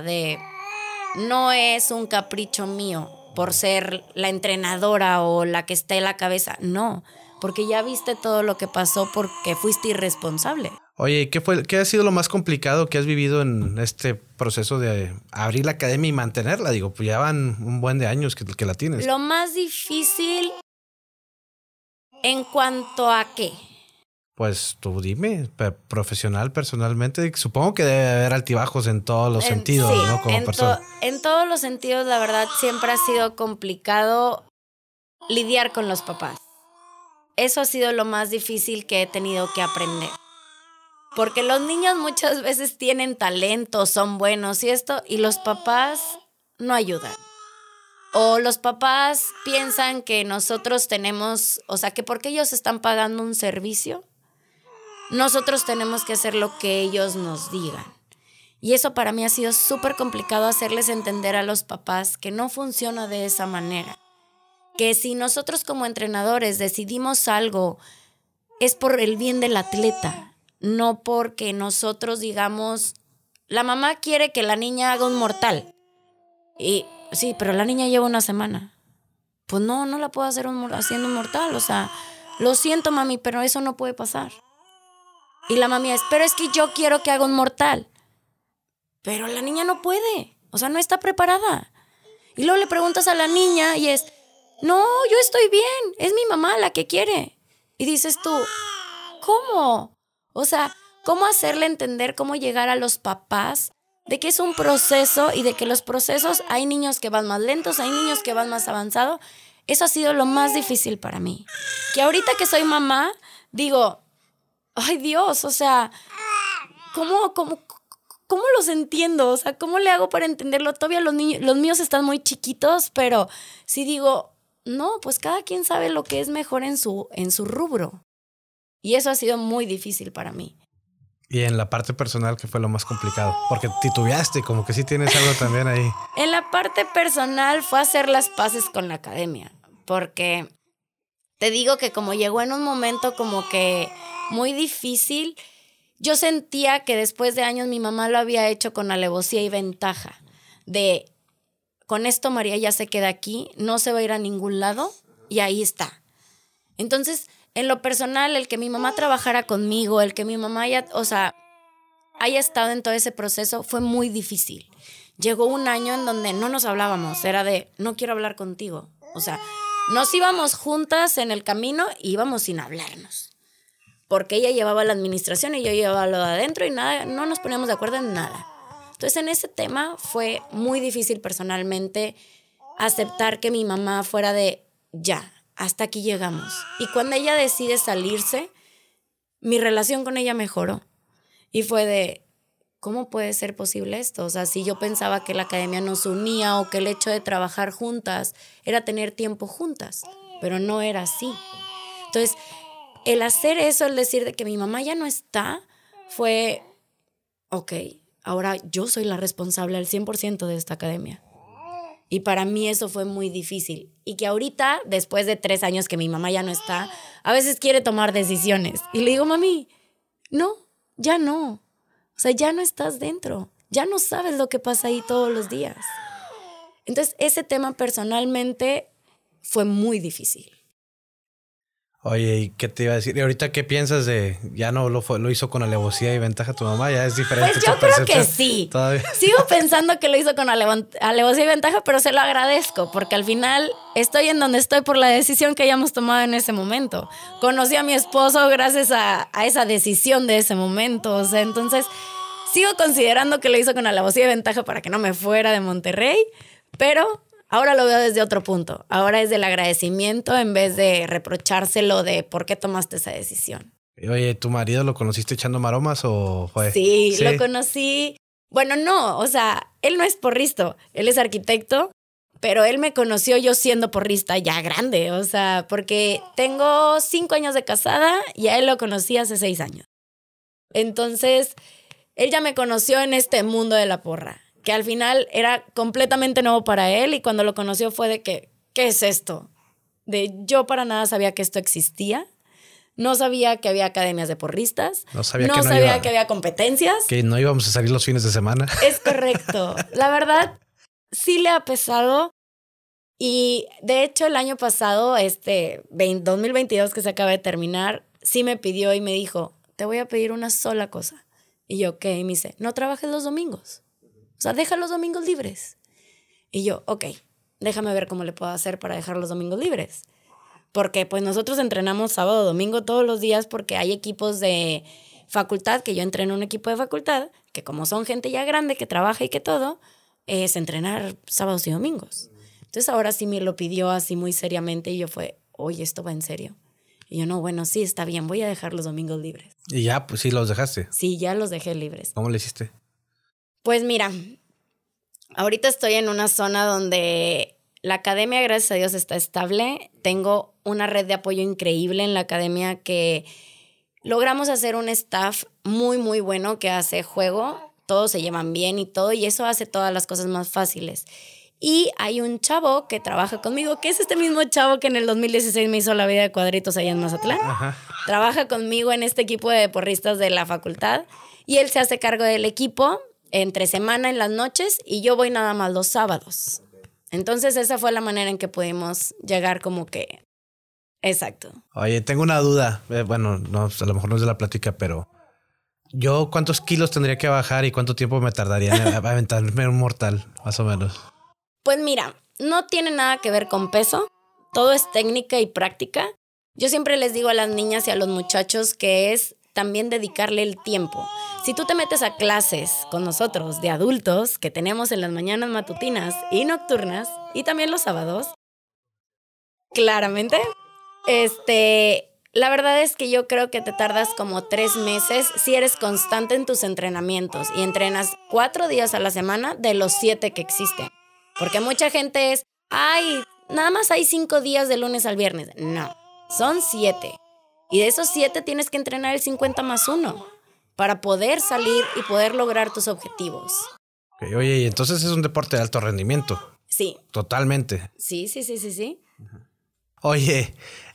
no es un capricho mío por ser la entrenadora o la que está en la cabeza, no, porque ya viste todo lo que pasó porque fuiste irresponsable. Oye, ¿qué ha sido lo más complicado que has vivido en este proceso de abrir la academia y mantenerla? Digo, pues ya van un buen de años que la tienes. Lo más difícil en cuanto a qué. Pues tú dime, profesional, personalmente, supongo que debe haber altibajos en todos los sentidos, Sí, ¿no? Como persona. en todos los sentidos, la verdad, siempre ha sido complicado lidiar con los papás. Eso ha sido lo más difícil que he tenido que aprender. Porque los niños muchas veces tienen talento, son buenos y los papás no ayudan. O los papás piensan que nosotros tenemos, o sea, que porque ellos están pagando un servicio, nosotros tenemos que hacer lo que ellos nos digan. Y eso para mí ha sido súper complicado hacerles entender a los papás que no funciona de esa manera. Que si nosotros como entrenadores decidimos algo, es por el bien del atleta, no porque nosotros digamos, la mamá quiere que la niña haga un mortal. Y sí, pero la niña lleva 1 semana. Pues no la puedo hacer haciendo un mortal. O sea, lo siento, mami, pero eso no puede pasar. Y la mami pero es que yo quiero que haga un mortal. Pero la niña no puede. O sea, no está preparada. Y luego le preguntas a la niña y no, yo estoy bien. Es mi mamá la que quiere. Y dices tú, ¿cómo? O sea, ¿cómo hacerle entender, cómo llegar a los papás de que es un proceso y de que los procesos hay niños que van más lentos, hay niños que van más avanzados? Eso ha sido lo más difícil para mí. Que ahorita que soy mamá, digo, ay Dios, o sea, ¿cómo los entiendo? O sea, ¿cómo le hago para entenderlo? Todavía los míos están muy chiquitos, pero sí digo, no, pues cada quien sabe lo que es mejor en su rubro. Y eso ha sido muy difícil para mí. Y en la parte personal, ¿qué fue lo más complicado? Porque titubeaste, como que sí tienes algo también ahí. En la parte personal fue hacer las paces con la academia, porque te digo que como llegó en un momento como que muy difícil, yo sentía que después de años mi mamá lo había hecho con alevosía y ventaja, de con esto María ya se queda aquí, no se va a ir a ningún lado y ahí está. Entonces, en lo personal, el que mi mamá trabajara conmigo, el que mi mamá haya estado en todo ese proceso fue muy difícil. Llegó un año en donde no nos hablábamos, era de no quiero hablar contigo. O sea, nos íbamos juntas en el camino y íbamos sin hablarnos. Porque ella llevaba la administración y yo llevaba lo de adentro y nada, no nos poníamos de acuerdo en nada. Entonces, en ese tema fue muy difícil personalmente aceptar que mi mamá fuera de ya, hasta aquí llegamos. Y cuando ella decide salirse, mi relación con ella mejoró. Y fue de, ¿cómo puede ser posible esto? O sea, si yo pensaba que la academia nos unía o que el hecho de trabajar juntas era tener tiempo juntas, pero no era así. Entonces, el hacer eso, el decir de que mi mamá ya no está, fue, ok, ahora yo soy la responsable al 100% de esta academia. Y para mí eso fue muy difícil. Y que ahorita, después de 3 años que mi mamá ya no está, a veces quiere tomar decisiones. Y le digo, mami, no, ya no. O sea, ya no estás dentro. Ya no sabes lo que pasa ahí todos los días. Entonces, ese tema personalmente fue muy difícil. Oye, ¿y qué te iba a decir? ¿Y ahorita qué piensas de ya no lo hizo con alevosía y ventaja tu mamá? Ya es diferente. Pues yo creo que sí. Todavía. Sigo pensando que lo hizo con alevosía y ventaja, pero se lo agradezco porque al final estoy en donde estoy por la decisión que hayamos tomado en ese momento. Conocí a mi esposo gracias a esa decisión de ese momento. O sea, entonces sigo considerando que lo hizo con alevosía y ventaja para que no me fuera de Monterrey, pero ahora lo veo desde otro punto. Ahora es del agradecimiento en vez de reprochárselo de por qué tomaste esa decisión. Oye, ¿tu marido lo conociste echando maromas o fue? Sí, lo conocí. Bueno, no, o sea, él no es porrista, él es arquitecto, pero él me conoció yo siendo porrista ya grande, o sea, porque tengo 5 años de casada y a él lo conocí hace 6 años. Entonces, él ya me conoció en este mundo de la porra, que al final era completamente nuevo para él y cuando lo conoció fue de que, ¿qué es esto? De yo para nada sabía que esto existía. No sabía que había academias de porristas. No sabía que había competencias. Que no íbamos a salir los fines de semana. Es correcto. La verdad, sí le ha pesado. Y de hecho, el año pasado, 2022 que se acaba de terminar, sí me pidió y me dijo, te voy a pedir una sola cosa. Y yo, ¿qué? Y me dice, no trabajes los domingos. O sea, deja los domingos libres. Y yo, ok, déjame ver cómo le puedo hacer para dejar los domingos libres. Porque pues nosotros entrenamos sábado, domingo todos los días porque hay equipos de facultad, que yo entreno en un equipo de facultad, que como son gente ya grande que trabaja y que todo, es entrenar sábados y domingos. Entonces ahora sí me lo pidió así muy seriamente y yo fue, oye, ¿esto va en serio? Y yo, no, bueno, sí, está bien, voy a dejar los domingos libres. ¿Y ya, pues sí los dejaste? Sí, ya los dejé libres. ¿Cómo le hiciste? Pues mira, ahorita estoy en una zona donde la academia, gracias a Dios, está estable. Tengo una red de apoyo increíble en la academia que logramos hacer un staff muy, muy bueno que hace juego. Todos se llevan bien y todo, y eso hace todas las cosas más fáciles. Y hay un chavo que trabaja conmigo, que es este mismo chavo que en el 2016 me hizo la vida de cuadritos allá en Mazatlán. Ajá. Trabaja conmigo en este equipo de porristas de la facultad y él se hace cargo del equipo entre semana en las noches y yo voy nada más los sábados. Entonces esa fue la manera en que pudimos llegar como que... Exacto. Oye, tengo una duda. Bueno, no, a lo mejor no es de la plática, pero yo ¿cuántos kilos tendría que bajar y cuánto tiempo me tardaría en aventarme un mortal, más o menos? Pues mira, no tiene nada que ver con peso. Todo es técnica y práctica. Yo siempre les digo a las niñas y a los muchachos que es también dedicarle el tiempo. Si tú te metes a clases con nosotros de adultos que tenemos en las mañanas matutinas y nocturnas y también los sábados, claramente, la verdad es que yo creo que te tardas como 3 meses si eres constante en tus entrenamientos y entrenas 4 días a la semana de los 7 que existen. Porque mucha gente es, ay, nada más hay 5 días de lunes al viernes. No, son 7. Y de esos 7 tienes que entrenar el 50+1 para poder salir y poder lograr tus objetivos. Okay, oye, y entonces es un deporte de alto rendimiento. Sí. Totalmente. Sí. Oye,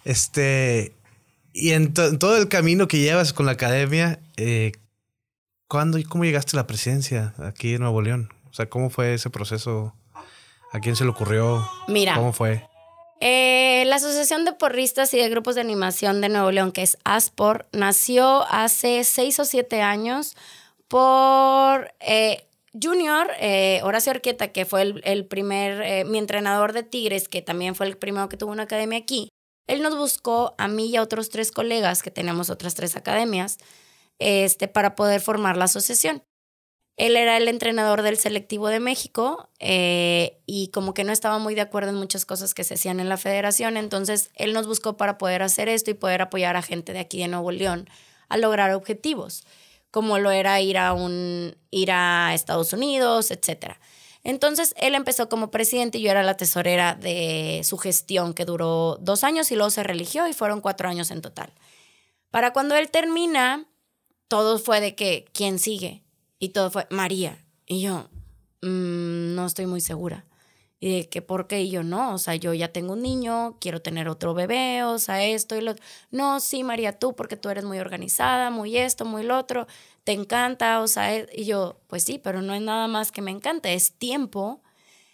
y en todo el camino que llevas con la academia, ¿cuándo y cómo llegaste a la presidencia aquí en Nuevo León? O sea, ¿cómo fue ese proceso? ¿A quién se le ocurrió? Mira. ¿Cómo fue? La Asociación de Porristas y de Grupos de Animación de Nuevo León, que es ASPOR, nació hace 6 o 7 años por Junior, Horacio Arqueta, que fue el primer, mi entrenador de Tigres, que también fue el primero que tuvo una academia aquí. Él nos buscó a mí y a otros 3 colegas, que tenemos otras 3 academias, para poder formar la asociación. Él era el entrenador del selectivo de México y como que no estaba muy de acuerdo en muchas cosas que se hacían en la federación. Entonces, él nos buscó para poder hacer esto y poder apoyar a gente de aquí de Nuevo León a lograr objetivos, como lo era ir a Estados Unidos, etc. Entonces, él empezó como presidente y yo era la tesorera de su gestión, que duró 2 años y luego se religió y fueron 4 años en total. Para cuando él termina, todo fue de que, ¿quién sigue? Y todo fue María. Y yo, no estoy muy segura. Y de que, ¿por qué? Y yo, no, o sea, yo ya tengo un niño, quiero tener otro bebé, o sea, esto y lo otro. No, sí, María, tú, porque tú eres muy organizada, muy esto, muy lo otro, te encanta, o sea, y yo, pues sí, pero no es nada más que me encanta, es tiempo,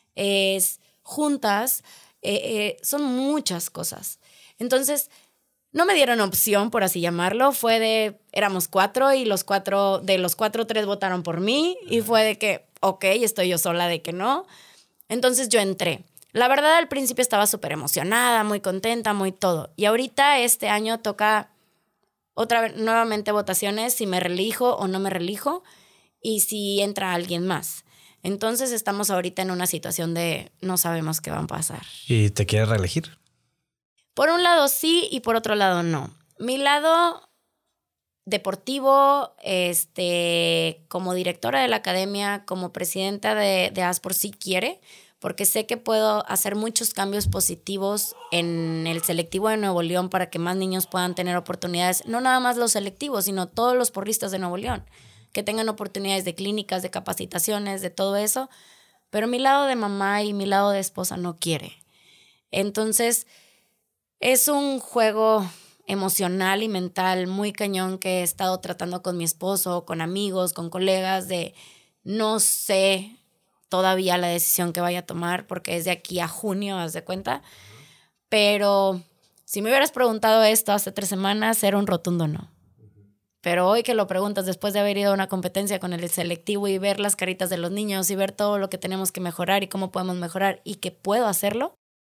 es juntas, son muchas cosas. Entonces, no me dieron opción, por así llamarlo. Éramos 4 y de los 4, 3 votaron por mí. Y fue de que, ok, estoy yo sola de que no. Entonces yo entré. La verdad, al principio estaba súper emocionada, muy contenta, muy todo. Y ahorita este año toca otra vez nuevamente votaciones, si me reelijo o no me reelijo y si entra alguien más. Entonces estamos ahorita en una situación de no sabemos qué va a pasar. ¿Y te quieres reelegir? Por un lado sí y por otro lado no. Mi lado deportivo, como directora de la academia, como presidenta de ASPOR sí quiere, porque sé que puedo hacer muchos cambios positivos en el selectivo de Nuevo León para que más niños puedan tener oportunidades, no nada más los selectivos, sino todos los porristas de Nuevo León, que tengan oportunidades de clínicas, de capacitaciones, de todo eso. Pero mi lado de mamá y mi lado de esposa no quiere. Entonces, es un juego emocional y mental muy cañón que he estado tratando con mi esposo, con amigos, con colegas, de no sé todavía la decisión que vaya a tomar porque es de aquí a junio, haz de cuenta. Pero si me hubieras preguntado esto hace 3 semanas, era un rotundo no. Pero hoy que lo preguntas, después de haber ido a una competencia con el selectivo y ver las caritas de los niños y ver todo lo que tenemos que mejorar y cómo podemos mejorar y que puedo hacerlo,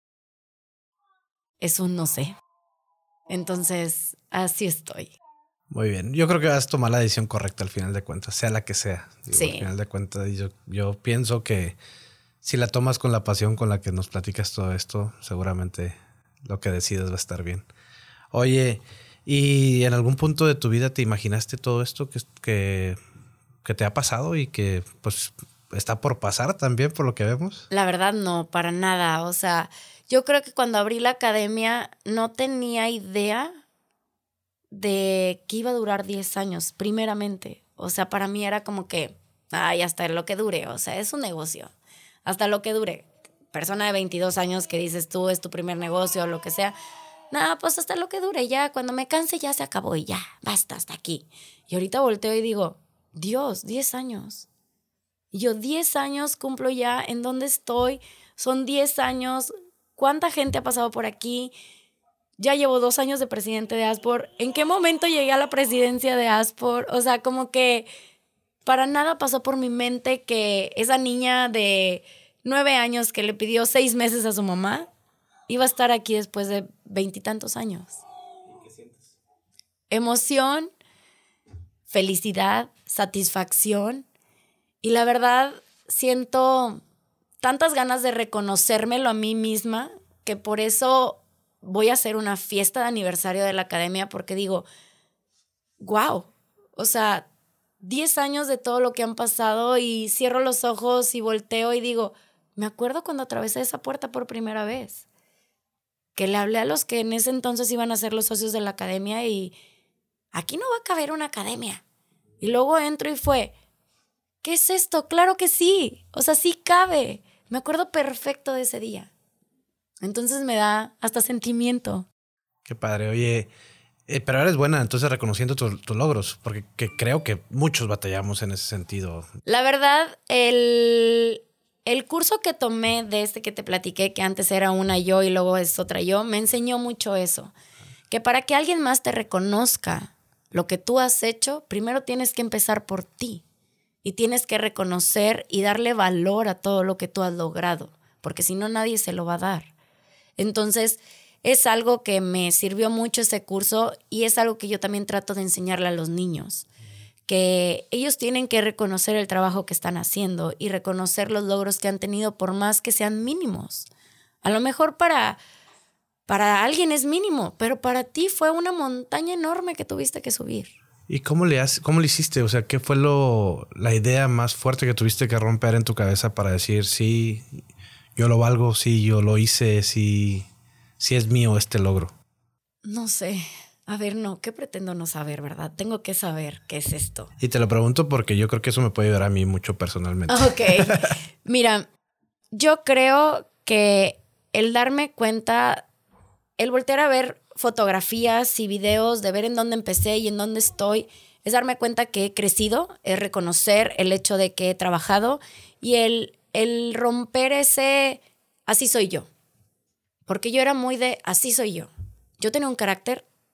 es un no sé. Entonces, así estoy. Muy bien. Yo creo que vas a tomar la decisión correcta al final de cuentas, sea la que sea. Sí. Al final de cuentas, yo pienso que si la tomas con la pasión con la que nos platicas todo esto, seguramente lo que decidas va a estar bien. Oye, ¿y en algún punto de tu vida te imaginaste todo esto que te ha pasado y que pues está por pasar también por lo que vemos? La verdad no, para nada. O sea, yo creo que cuando abrí la academia no tenía idea de que iba a durar 10 años, primeramente. O sea, para mí era como que, ay, hasta lo que dure. O sea, es un negocio. Hasta lo que dure. Persona de 22 años que dices tú, es tu primer negocio o lo que sea. Nada, pues hasta lo que dure. Ya, cuando me canse ya se acabó y ya, basta, hasta aquí. Y ahorita volteo y digo, Dios, 10 años. Y yo 10 años cumplo ya, ¿en dónde estoy? Son 10 años. ¿Cuánta gente ha pasado por aquí? Ya llevo 2 años de presidente de ASPOR. ¿En qué momento llegué a la presidencia de ASPOR? O sea, como que para nada pasó por mi mente que esa niña de 9 años que le pidió 6 meses a su mamá iba a estar aquí después de 20 y tantos años. ¿Qué sientes? Emoción, felicidad, satisfacción. Y la verdad, siento tantas ganas de reconocérmelo a mí misma que por eso voy a hacer una fiesta de aniversario de la academia porque digo, wow, o sea, 10 años de todo lo que han pasado y cierro los ojos y volteo y digo, me acuerdo cuando atravesé esa puerta por primera vez, que le hablé a los que en ese entonces iban a ser los socios de la academia y aquí no va a caber una academia. Y luego entro y fue, ¿qué es esto? Claro que sí, o sea, sí cabe. Me acuerdo perfecto de ese día. Entonces me da hasta sentimiento. Qué padre. Oye, pero eres buena entonces reconociendo tus logros, porque creo que muchos batallamos en ese sentido. La verdad, el curso que tomé de que te platiqué, que antes era una yo y luego es otra yo, me enseñó mucho eso. Que para que alguien más te reconozca lo que tú has hecho, primero tienes que empezar por ti. Y tienes que reconocer y darle valor a todo lo que tú has logrado, porque si no nadie se lo va a dar. Entonces, es algo que me sirvió mucho ese curso y es algo que yo también trato de enseñarle a los niños, que ellos tienen que reconocer el trabajo que están haciendo y reconocer los logros que han tenido por más que sean mínimos. A lo mejor para alguien es mínimo, pero para ti fue una montaña enorme que tuviste que subir. ¿Y cómo le hiciste? O sea, ¿qué fue la idea más fuerte que tuviste que romper en tu cabeza para decir, sí, yo lo valgo, sí, yo lo hice, sí es mío este logro? No sé. A ver, no, ¿qué pretendo no saber, verdad? Tengo que saber qué es esto. Y te lo pregunto porque yo creo que eso me puede ayudar a mí mucho personalmente. Ok. Mira, yo creo que el darme cuenta, el voltear a ver fotografías y videos, de ver en dónde empecé y en dónde estoy, es darme cuenta que he crecido, es reconocer el hecho de que he trabajado y el romper ese así soy yo. Porque yo era muy de así soy yo. Yo tenía un carácter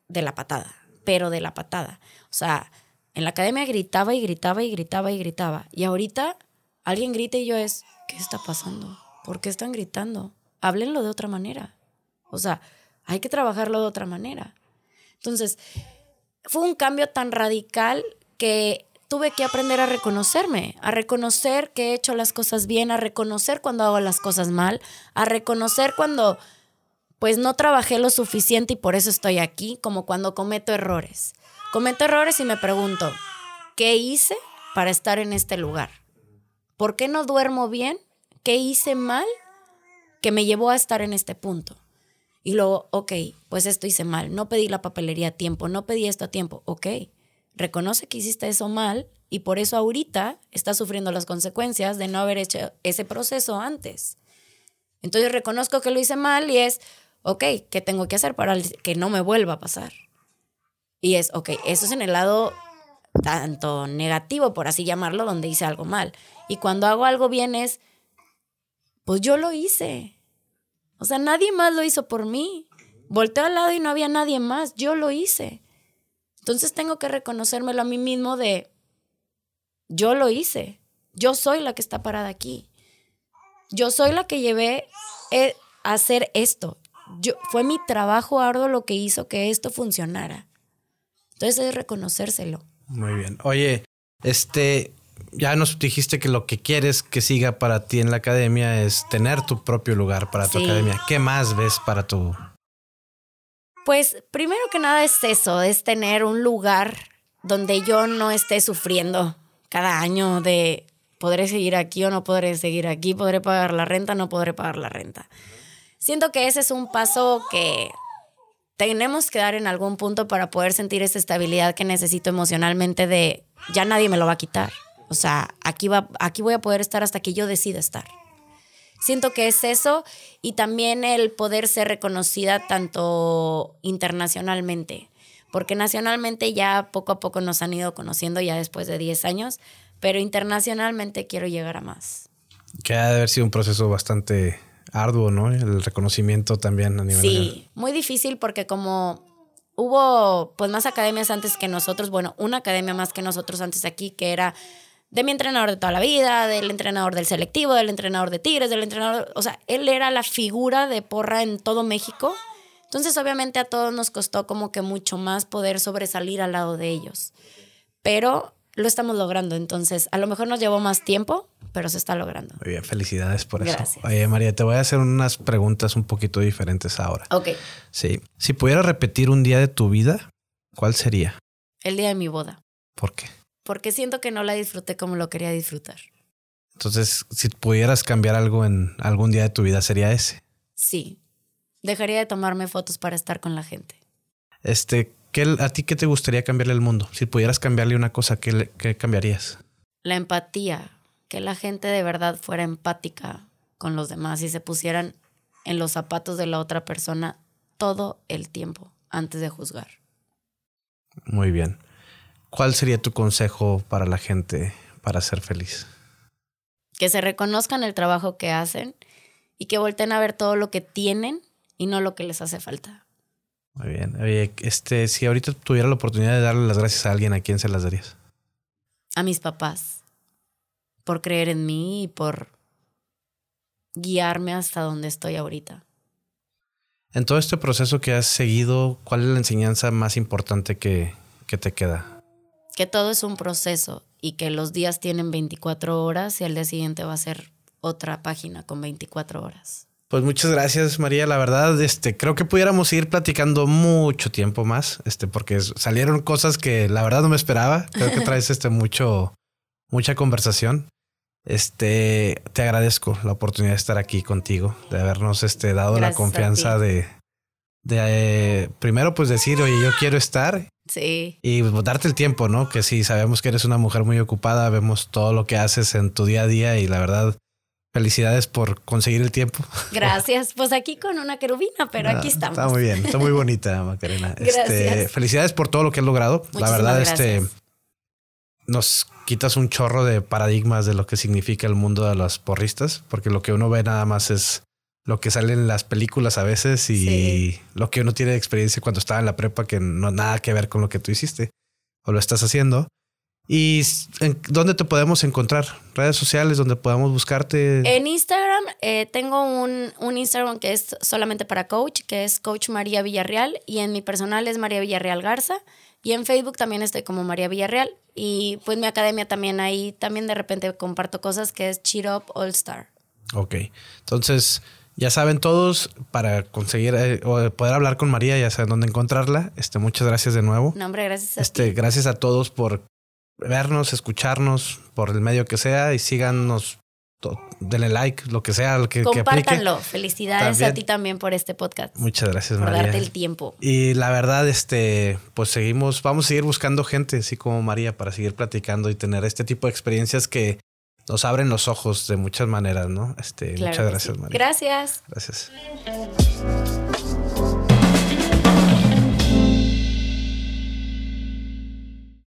de la patada, pero de la patada. O sea, en la academia gritaba y gritaba y gritaba y gritaba. Y ahorita alguien grita y yo es, ¿qué está pasando? ¿Por qué están gritando? Háblenlo de otra manera. O sea, hay que trabajarlo de otra manera. Entonces, fue un cambio tan radical que tuve que aprender a reconocerme, a reconocer que he hecho las cosas bien, a reconocer cuando hago las cosas mal, a reconocer cuando pues no trabajé lo suficiente y por eso estoy aquí, como cuando cometo errores. Cometo errores y me pregunto, ¿qué hice para estar en este lugar? ¿Por qué no duermo bien? ¿Qué hice mal que me llevó a estar en este punto? Y luego, ok, pues esto hice mal, no pedí la papelería a tiempo, no pedí esto a tiempo, ok. Reconoce que hiciste eso mal y por eso ahorita estás sufriendo las consecuencias de no haber hecho ese proceso antes. Entonces reconozco que lo hice mal y es, ok, ¿qué tengo que hacer para que no me vuelva a pasar? Y es, ok, eso es en el lado tanto negativo, por así llamarlo, donde hice algo mal. Y cuando hago algo bien es, pues yo lo hice. O sea, nadie más lo hizo por mí. Volteo al lado y no había nadie más, yo lo hice. Entonces tengo que reconocérmelo a mí mismo de, yo lo hice, yo soy la que está parada aquí, yo soy la que llevé a hacer esto, fue mi trabajo arduo lo que hizo que esto funcionara. Entonces es reconocérselo. Muy bien. Oye, ya nos dijiste que lo que quieres que siga para ti en la academia es tener tu propio lugar para tu academia. ¿Qué más ves para tu...? Pues primero que nada es eso, es tener un lugar donde yo no esté sufriendo cada año de ¿podré seguir aquí o no podré seguir aquí? ¿Podré pagar la renta o no podré pagar la renta? Siento que ese es un paso que tenemos que dar en algún punto para poder sentir esa estabilidad que necesito emocionalmente de ya nadie me lo va a quitar. O sea, aquí voy a poder estar hasta que yo decida estar. Siento que es eso y también el poder ser reconocida tanto internacionalmente, porque nacionalmente ya poco a poco nos han ido conociendo ya después de 10 años, pero internacionalmente quiero llegar a más. Que ha de haber sido un proceso bastante arduo, ¿no? El reconocimiento también a nivel Sí, muy difícil porque como hubo pues más academias antes que nosotros, bueno, una academia más que nosotros antes aquí que era de mi entrenador de toda la vida, del entrenador del selectivo, del entrenador de Tigres, del entrenador... O sea, él era la figura de porra en todo México. Entonces, obviamente, a todos nos costó como que mucho más poder sobresalir al lado de ellos. Pero lo estamos logrando. Entonces, a lo mejor nos llevó más tiempo, pero se está logrando. Muy bien, felicidades por eso. Gracias. Oye, María, te voy a hacer unas preguntas un poquito diferentes ahora. Ok. Sí. Si pudieras repetir un día de tu vida, ¿cuál sería? El día de mi boda. ¿Por qué? Porque siento que no la disfruté como lo quería disfrutar. Entonces, si pudieras cambiar algo en algún día de tu vida, ¿sería ese? Sí. Dejaría de tomarme fotos para estar con la gente. ¿A ti qué te gustaría cambiarle al mundo? Si pudieras cambiarle una cosa, ¿qué cambiarías? La empatía. Que la gente de verdad fuera empática con los demás y se pusieran en los zapatos de la otra persona todo el tiempo antes de juzgar. Muy bien. ¿Cuál sería tu consejo para la gente para ser feliz? Que se reconozcan el trabajo que hacen y que volteen a ver todo lo que tienen y no lo que les hace falta. Muy bien. Oye, si ahorita tuviera la oportunidad de darle las gracias a alguien, ¿a quién se las darías? A mis papás, por creer en mí y por guiarme hasta donde estoy ahorita. En todo este proceso que has seguido, ¿cuál es la enseñanza más importante que te queda? Que todo es un proceso y que los días tienen 24 horas y al día siguiente va a ser otra página con 24 horas. Pues muchas gracias, María. La verdad, creo que pudiéramos ir platicando mucho tiempo más, porque salieron cosas que la verdad no me esperaba. Creo que traes mucha conversación. Te agradezco la oportunidad de estar aquí contigo, de habernos dado Gracias la confianza de primero pues decir, oye, yo quiero estar. Sí. Y darte el tiempo, ¿no? Que sí, sabemos que eres una mujer muy ocupada, vemos todo lo que haces en tu día a día y la verdad, felicidades por conseguir el tiempo. Gracias. Pues aquí con una querubina, pero aquí estamos. Está muy bien, está muy bonita, Macarena. Gracias. Felicidades por todo lo que has logrado. Muchísimas la verdad, gracias. Nos quitas un chorro de paradigmas de lo que significa el mundo de los porristas, porque lo que uno ve nada más es lo que sale en las películas a veces y lo que uno tiene de experiencia cuando estaba en la prepa, que no nada que ver con lo que tú hiciste o lo estás haciendo. ¿Y dónde te podemos encontrar? ¿Redes sociales donde podamos buscarte? En Instagram tengo un Instagram que es solamente para coach, que es Coach María Villarreal, y en mi personal es María Villarreal Garza, y en Facebook también estoy como María Villarreal, y pues mi academia también, ahí también de repente comparto cosas, que es Cheer Up All Star. Ok, entonces ya saben todos, para conseguir o poder hablar con María, ya saben dónde encontrarla. Muchas gracias de nuevo. No, hombre, gracias a ti. Gracias a todos por vernos, escucharnos, por el medio que sea, y síganos, denle like, lo que sea, lo que compártanlo. aplique. Felicidades también a ti también por este podcast. Muchas gracias, María. Por María. darte el tiempo. Y la verdad, pues vamos a seguir buscando gente así como María para seguir platicando y tener este tipo de experiencias que nos abren los ojos de muchas maneras, ¿no? Claro, muchas gracias, María. Gracias. Gracias.